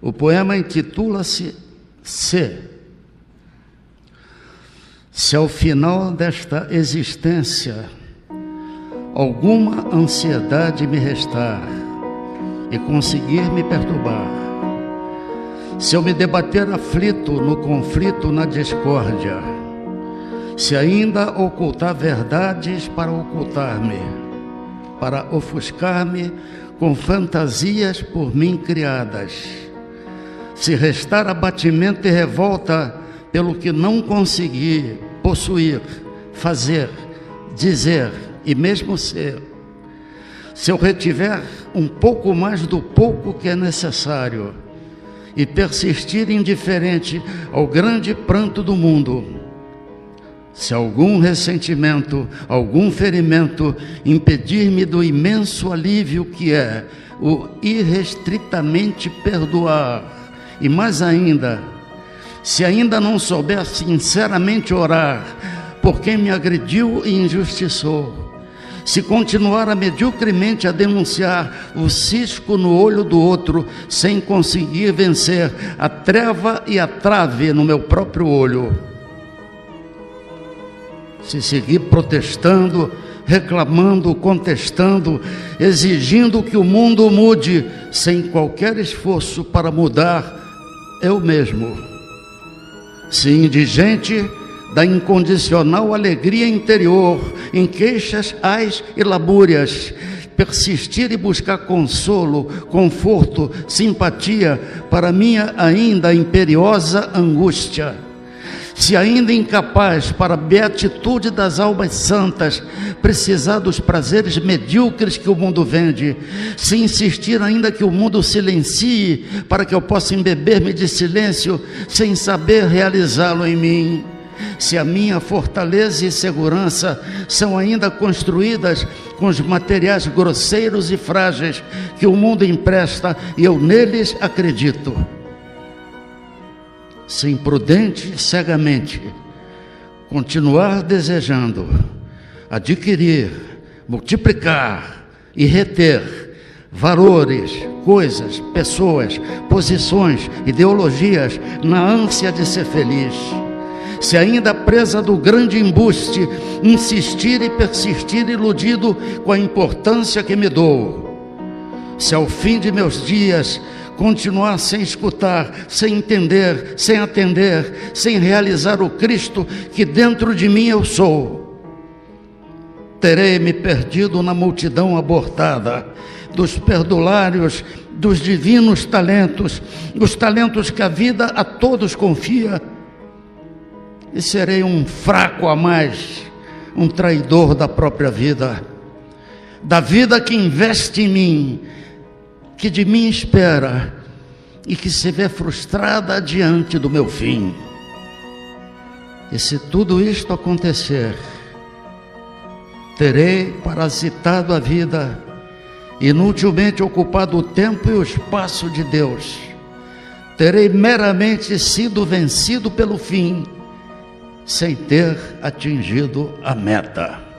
O poema intitula-se Se ao final desta existência alguma ansiedade me restar e conseguir me perturbar, se eu me debater aflito no conflito, na discórdia, se ainda ocultar verdades para ocultar-me, para ofuscar-me com fantasias por mim criadas, se restar abatimento e revolta pelo que não consegui possuir, fazer, dizer e mesmo ser, se eu retiver um pouco mais do pouco que é necessário e persistir indiferente ao grande pranto do mundo, se algum ressentimento, algum ferimento impedir-me do imenso alívio que é o irrestritamente perdoar, e mais ainda, se ainda não souber sinceramente orar por quem me agrediu e injustiçou, se continuar a mediocremente a denunciar o cisco no olho do outro sem conseguir vencer a treva e a trave no meu próprio olho, se seguir protestando, reclamando, contestando, exigindo que o mundo mude sem qualquer esforço para mudar eu mesmo, se indigente da incondicional alegria interior em queixas, ais e labúrias, persistir e buscar consolo, conforto, simpatia para minha ainda imperiosa angústia, se ainda incapaz para a beatitude das almas santas precisar dos prazeres medíocres que o mundo vende, se insistir ainda que o mundo silencie para que eu possa embeber-me de silêncio sem saber realizá-lo em mim, se a minha fortaleza e segurança são ainda construídas com os materiais grosseiros e frágeis que o mundo empresta e eu neles acredito, se imprudente e cegamente continuar desejando adquirir, multiplicar e reter valores, coisas, pessoas, posições, ideologias na ânsia de ser feliz, se ainda presa do grande embuste insistir e persistir iludido com a importância que me dou, se ao fim de meus dias continuar sem escutar, sem entender, sem atender, sem realizar o Cristo que dentro de mim eu sou, terei me perdido na multidão abortada dos perdulários, dos divinos talentos, os talentos que a vida a todos confia, e serei um fraco a mais, um traidor da própria vida, da vida que investe em mim, que de mim espera e que se vê frustrada diante do meu fim. E se tudo isto acontecer, terei parasitado a vida, inutilmente ocupado o tempo e o espaço de Deus, terei meramente sido vencido pelo fim, sem ter atingido a meta.